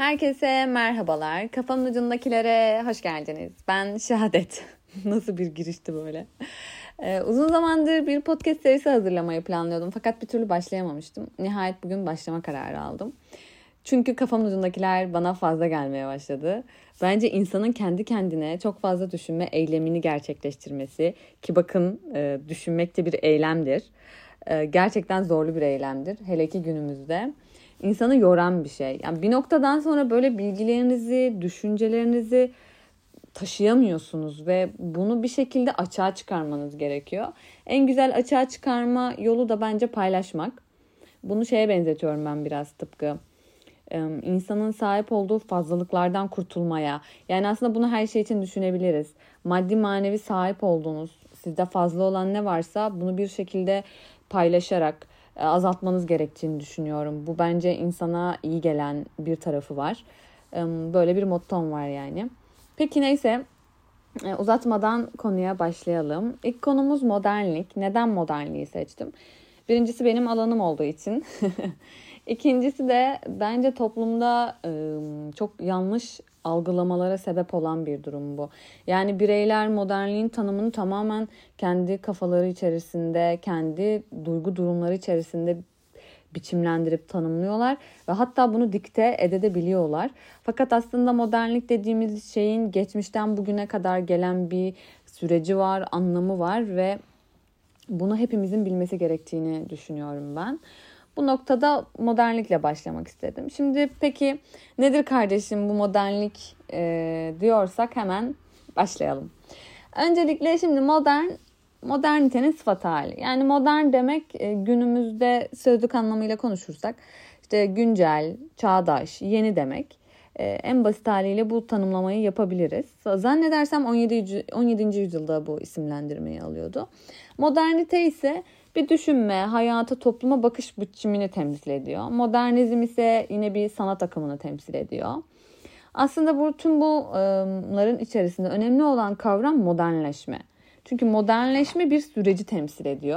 Herkese merhabalar. Kafamın ucundakilere hoş geldiniz. Ben Şehadet. Nasıl bir girişti böyle. Uzun zamandır bir podcast serisi hazırlamayı planlıyordum. Fakat bir türlü başlayamamıştım. Nihayet bugün başlama kararı aldım. Çünkü kafamın ucundakiler bana fazla gelmeye başladı. Bence insanın kendi kendine çok fazla düşünme eylemini gerçekleştirmesi, ki bakın düşünmek de bir eylemdir. Gerçekten zorlu bir eylemdir. Hele ki günümüzde. İnsanı yoran bir şey. Yani bir noktadan sonra böyle bilgilerinizi, düşüncelerinizi taşıyamıyorsunuz ve bunu bir şekilde açığa çıkarmanız gerekiyor. En güzel açığa çıkarma yolu da bence paylaşmak. Bunu şeye benzetiyorum ben biraz, tıpkı insanın sahip olduğu fazlalıklardan kurtulmaya. Yani aslında bunu her şey için düşünebiliriz. Maddi manevi sahip olduğunuz, sizde fazla olan ne varsa bunu bir şekilde paylaşarak azaltmanız gerektiğini düşünüyorum. Bu bence insana iyi gelen bir tarafı var. Böyle bir mottom var yani. Peki neyse, uzatmadan konuya başlayalım. İlk konumuz modernlik. Neden modernliği seçtim? Birincisi benim alanım olduğu için. İkincisi de bence toplumda çok yanlış algılamalara sebep olan bir durum bu. Yani bireyler modernliğin tanımını tamamen kendi kafaları içerisinde, kendi duygu durumları içerisinde biçimlendirip tanımlıyorlar ve hatta bunu dikte edebiliyorlar. Fakat aslında modernlik dediğimiz şeyin geçmişten bugüne kadar gelen bir süreci var, anlamı var ve bunu hepimizin bilmesi gerektiğini düşünüyorum ben. Bu noktada modernlikle başlamak istedim. Şimdi peki nedir kardeşim bu modernlik diyorsak hemen başlayalım. Öncelikle şimdi modernitenin sıfat hali. Yani modern demek günümüzde sözlük anlamıyla konuşursak işte güncel, çağdaş, yeni demek. En basit haliyle bu tanımlamayı yapabiliriz. Zannedersem 17. yüzyılda bu isimlendirmeyi alıyordu. Modernite ise bir düşünme, hayata, topluma bakış biçimini temsil ediyor. Modernizm ise yine bir sanat akımını temsil ediyor. Aslında tüm bunların içerisinde önemli olan kavram modernleşme. Çünkü modernleşme bir süreci temsil ediyor.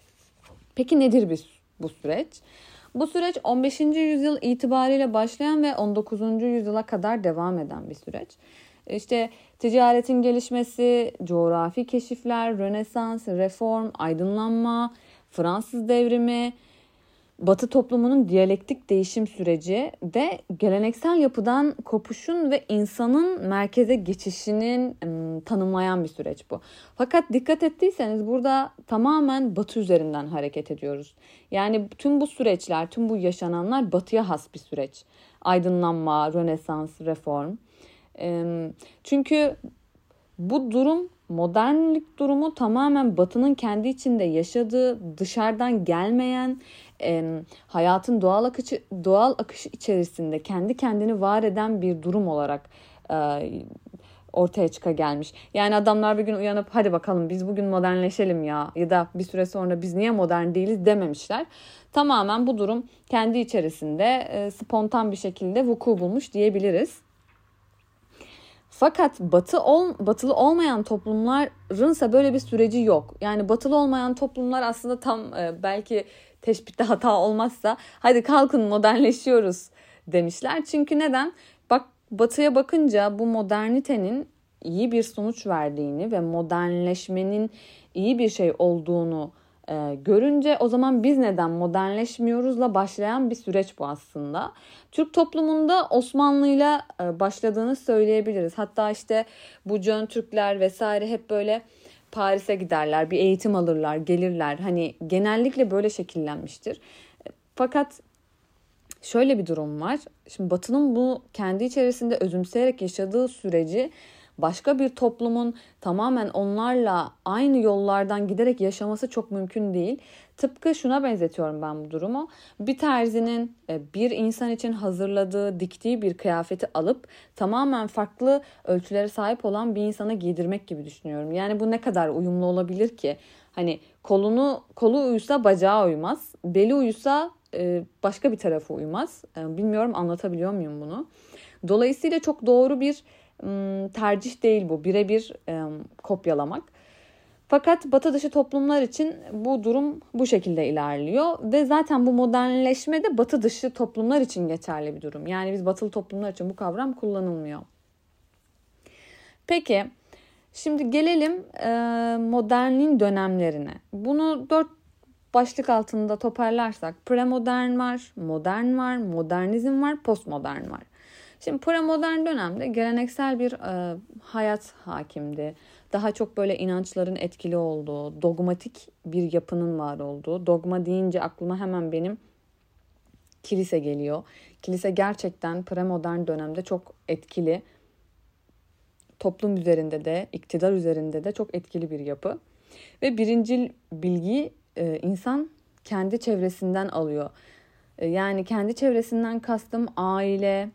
Peki nedir bu süreç? Bu süreç 15. yüzyıl itibariyle başlayan ve 19. yüzyıla kadar devam eden bir süreç. İşte ticaretin gelişmesi, coğrafi keşifler, Rönesans, reform, aydınlanma, Fransız devrimi, Batı toplumunun diyalektik değişim süreci de geleneksel yapıdan kopuşun ve insanın merkeze geçişinin tanımlayan bir süreç bu. Fakat dikkat ettiyseniz burada tamamen Batı üzerinden hareket ediyoruz. Yani tüm bu süreçler, tüm bu yaşananlar Batı'ya has bir süreç. Aydınlanma, Rönesans, reform. Çünkü bu durum, modernlik durumu tamamen Batı'nın kendi içinde yaşadığı, dışarıdan gelmeyen, hayatın doğal akışı içerisinde kendi kendini var eden bir durum olarak ortaya gelmiş. Yani adamlar bir gün uyanıp hadi bakalım biz bugün modernleşelim ya da bir süre sonra biz niye modern değiliz dememişler. Tamamen bu durum kendi içerisinde spontan bir şekilde vuku bulmuş diyebiliriz. Fakat batılı olmayan toplumlarınsa böyle bir süreci yok. Yani batılı olmayan toplumlar aslında tam belki teşbihte hata olmazsa hadi kalkın modernleşiyoruz demişler. Çünkü neden? Bak, batıya bakınca bu modernitenin iyi bir sonuç verdiğini ve modernleşmenin iyi bir şey olduğunu görünce o zaman biz neden modernleşmiyoruzla başlayan bir süreç bu aslında. Türk toplumunda Osmanlı'yla başladığını söyleyebiliriz. Hatta işte bu Cön Türkler vesaire hep böyle Paris'e giderler, bir eğitim alırlar, gelirler. Hani genellikle böyle şekillenmiştir. Fakat şöyle bir durum var. Şimdi Batı'nın bu kendi içerisinde özümseyerek yaşadığı süreci başka bir toplumun tamamen onlarla aynı yollardan giderek yaşaması çok mümkün değil. Tıpkı şuna benzetiyorum ben bu durumu. Bir terzinin bir insan için hazırladığı, diktiği bir kıyafeti alıp tamamen farklı ölçülere sahip olan bir insana giydirmek gibi düşünüyorum. Yani bu ne kadar uyumlu olabilir ki? Hani kolu uyusa bacağı uymaz, beli uyusa başka bir tarafı uymaz. Bilmiyorum anlatabiliyor muyum bunu? Dolayısıyla çok doğru bir tercih değil bu. Birebir kopyalamak. Fakat Batı dışı toplumlar için bu durum bu şekilde ilerliyor ve zaten bu modernleşme de Batı dışı toplumlar için geçerli bir durum. Yani biz Batılı toplumlar için bu kavram kullanılmıyor. Peki, şimdi gelelim modernliğin dönemlerine. Bunu 4 başlık altında toparlarsak premodern var, modern var, modernizm var, postmodern var. Şimdi premodern dönemde geleneksel bir hayat hakimdi. Daha çok böyle inançların etkili olduğu, dogmatik bir yapının var olduğu. Dogma deyince aklıma hemen benim kilise geliyor. Kilise gerçekten premodern dönemde çok etkili. Toplum üzerinde de, iktidar üzerinde de çok etkili bir yapı. Ve birincil bilgiyi insan kendi çevresinden alıyor. Yani kendi çevresinden kastım aile,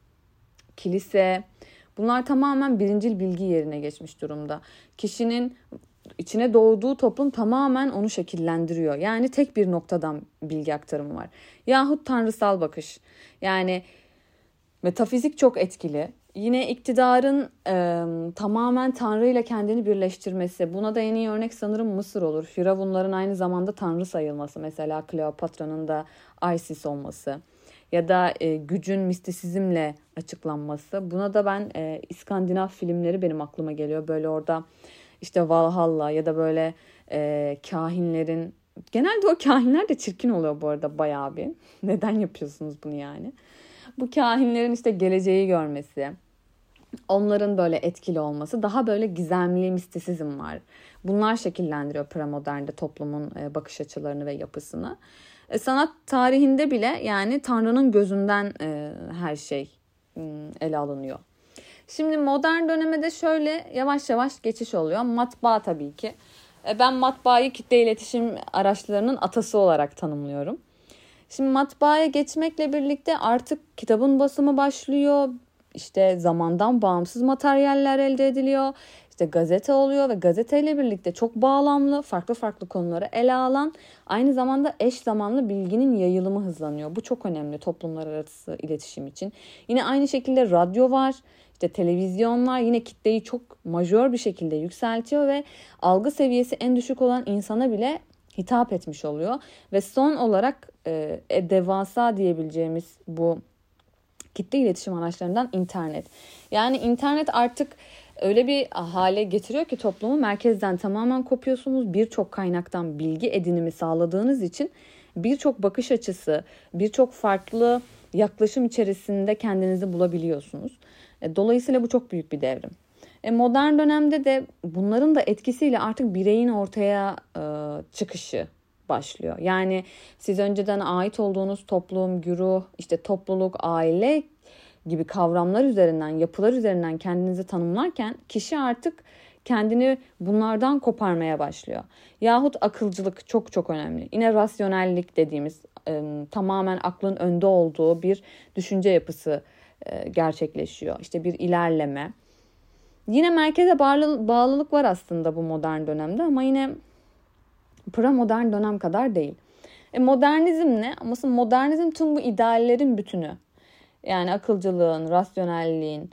kilise. Bunlar tamamen birincil bilgi yerine geçmiş durumda. Kişinin içine doğduğu toplum tamamen onu şekillendiriyor. Yani tek bir noktadan bilgi aktarımı var. Yahut tanrısal bakış. Yani metafizik çok etkili. Yine iktidarın tamamen Tanrı ile kendini birleştirmesi. Buna da en iyi örnek sanırım Mısır olur. Firavunların aynı zamanda Tanrı sayılması. Mesela Kleopatra'nın da Isis olması. Ya da gücün mistisizmle açıklanması. Buna da ben İskandinav filmleri benim aklıma geliyor. Böyle orada işte Valhalla ya da böyle kahinlerin... Genelde o kahinler de çirkin oluyor bu arada bayağı bir. Neden yapıyorsunuz bunu yani? Bu kahinlerin işte geleceği görmesi, onların böyle etkili olması, daha böyle gizemli mistisizm var. Bunlar şekillendiriyor premodernde toplumun bakış açılarını ve yapısını. Sanat tarihinde bile yani Tanrı'nın gözünden her şey ele alınıyor. Şimdi modern döneme de şöyle yavaş yavaş geçiş oluyor. Matbaa tabii ki. Ben matbaayı kitle iletişim araçlarının atası olarak tanımlıyorum. Şimdi matbaaya geçmekle birlikte artık kitabın basımı başlıyor. İşte zamandan bağımsız materyaller elde ediliyor. İşte gazete oluyor ve gazeteyle birlikte çok bağlamlı, farklı farklı konuları ele alan, aynı zamanda eş zamanlı bilginin yayılımı hızlanıyor. Bu çok önemli toplumlar arası iletişim için. Yine aynı şekilde radyo var. İşte televizyon var, yine kitleyi çok majör bir şekilde yükseltiyor ve algı seviyesi en düşük olan insana bile hitap etmiş oluyor. Ve son olarak devasa diyebileceğimiz bu kitle iletişim araçlarından internet. Yani internet artık öyle bir hale getiriyor ki toplumu merkezden tamamen kopuyorsunuz. Birçok kaynaktan bilgi edinimi sağladığınız için birçok bakış açısı, birçok farklı yaklaşım içerisinde kendinizi bulabiliyorsunuz. Dolayısıyla bu çok büyük bir devrim. Modern dönemde de bunların da etkisiyle artık bireyin ortaya çıkışı başlıyor. Yani siz önceden ait olduğunuz toplum, güruh, işte topluluk, aile gibi kavramlar üzerinden, yapılar üzerinden kendinizi tanımlarken kişi artık kendini bunlardan koparmaya başlıyor. Yahut akılcılık çok çok önemli. Yine rasyonellik dediğimiz tamamen aklın önde olduğu bir düşünce yapısı gerçekleşiyor. İşte bir ilerleme. Yine merkeze bağlılık var aslında bu modern dönemde ama yine premodern dönem kadar değil. Modernizm ne? Ama modernizm tüm bu ideallerin bütünü. Yani akılcılığın, rasyonelliğin,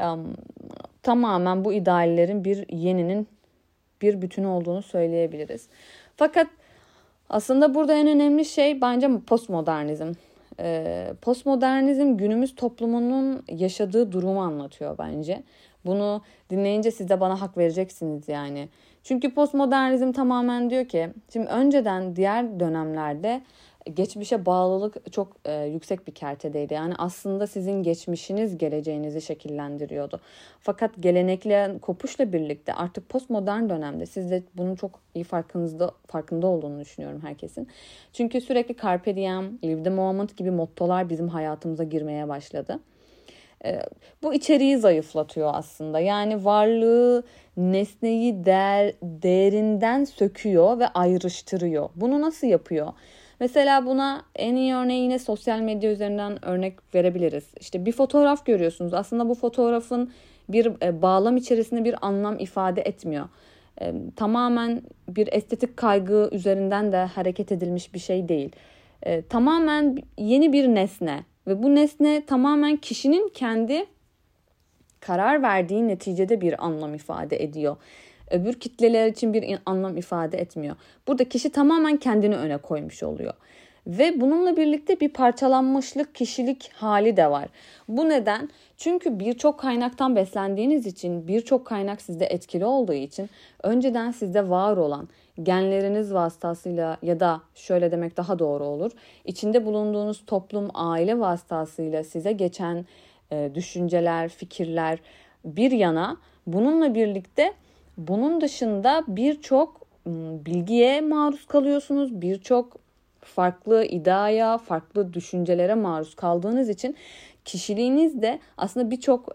tamamen bu ideallerin bir yeninin bir bütünü olduğunu söyleyebiliriz. Fakat aslında burada en önemli şey bence postmodernizm. Postmodernizm günümüz toplumunun yaşadığı durumu anlatıyor bence. Bunu dinleyince siz de bana hak vereceksiniz yani. Çünkü postmodernizm tamamen diyor ki, şimdi önceden diğer dönemlerde geçmişe bağlılık çok yüksek bir kertedeydi. Yani aslında sizin geçmişiniz geleceğinizi şekillendiriyordu. Fakat gelenekle kopuşla birlikte artık postmodern dönemde siz de bunun çok iyi farkında olduğunu düşünüyorum herkesin. Çünkü sürekli carpe diem, live the moment gibi mottolar bizim hayatımıza girmeye başladı. Bu içeriği zayıflatıyor aslında. Yani varlığı, nesneyi değerinden söküyor ve ayrıştırıyor. Bunu nasıl yapıyor? Mesela buna en iyi örneği yine sosyal medya üzerinden örnek verebiliriz. İşte bir fotoğraf görüyorsunuz. Aslında bu fotoğrafın bir bağlam içerisinde bir anlam ifade etmiyor. Tamamen bir estetik kaygı üzerinden de hareket edilmiş bir şey değil. Tamamen yeni bir nesne. Ve bu nesne tamamen kişinin kendi karar verdiği neticede bir anlam ifade ediyor. öbür kitleler için bir anlam ifade etmiyor. Burada kişi tamamen kendini öne koymuş oluyor. Ve bununla birlikte bir parçalanmışlık, kişilik hali de var. Bu neden? Çünkü birçok kaynaktan beslendiğiniz için, birçok kaynak sizde etkili olduğu için önceden sizde var olan genleriniz vasıtasıyla ya da şöyle demek daha doğru olur, içinde bulunduğunuz toplum, aile vasıtasıyla size geçen düşünceler, fikirler bir yana, bununla birlikte bunun dışında birçok bilgiye maruz kalıyorsunuz, birçok farklı iddiaya, farklı düşüncelere maruz kaldığınız için kişiliğiniz de aslında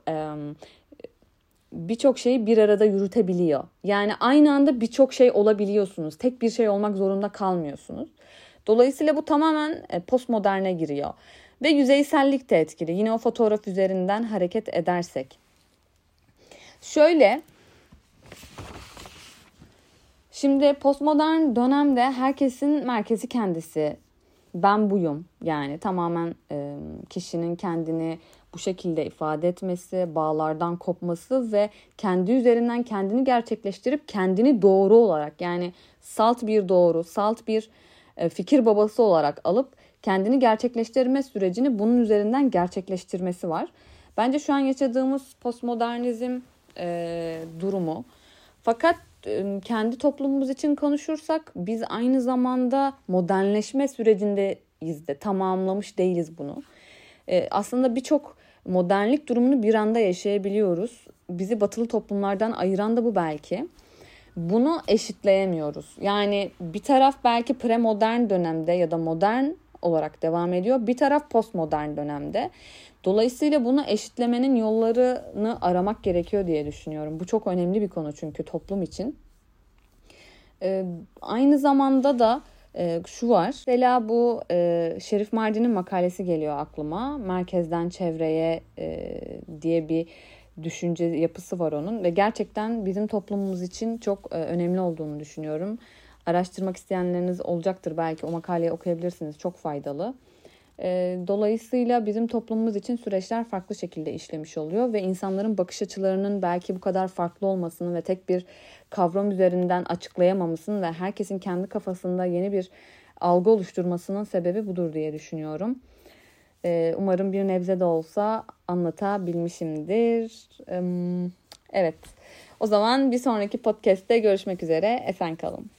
birçok şeyi bir arada yürütebiliyor. Yani aynı anda birçok şey olabiliyorsunuz. Tek bir şey olmak zorunda kalmıyorsunuz. Dolayısıyla bu tamamen postmoderne giriyor. Ve yüzeysellik de etkili. Yine o fotoğraf üzerinden hareket edersek. Şimdi postmodern dönemde herkesin merkezi kendisi. Ben buyum. Yani tamamen kişinin kendini bu şekilde ifade etmesi, bağlardan kopması ve kendi üzerinden kendini gerçekleştirip kendini doğru olarak, yani salt bir doğru, salt bir fikir babası olarak alıp kendini gerçekleştirme sürecini bunun üzerinden gerçekleştirmesi var. Bence şu an yaşadığımız postmodernizm durumu. Fakat kendi toplumumuz için konuşursak biz aynı zamanda modernleşme sürecindeyiz de, tamamlamış değiliz bunu. Aslında birçok modernlik durumunu bir anda yaşayabiliyoruz. Bizi batılı toplumlardan ayıran da bu belki. Bunu eşitleyemiyoruz. Yani bir taraf belki premodern dönemde ya da modern olarak devam ediyor. Bir taraf postmodern dönemde. Dolayısıyla bunu eşitlemenin yollarını aramak gerekiyor diye düşünüyorum. Bu çok önemli bir konu çünkü toplum için. Aynı zamanda da şu var. Mesela bu Şerif Mardin'in makalesi geliyor aklıma. Merkezden çevreye diye bir düşünce yapısı var onun. Ve gerçekten bizim toplumumuz için çok önemli olduğunu düşünüyorum. Araştırmak isteyenleriniz olacaktır. Belki o makaleyi okuyabilirsiniz. Çok faydalı. Dolayısıyla bizim toplumumuz için süreçler farklı şekilde işlemiş oluyor ve insanların bakış açılarının belki bu kadar farklı olmasını ve tek bir kavram üzerinden açıklayamamasının ve herkesin kendi kafasında yeni bir algı oluşturmasının sebebi budur diye düşünüyorum. Umarım bir nebze de olsa anlatabilmişimdir. Evet, o zaman bir sonraki podcast'te görüşmek üzere. Esen kalın.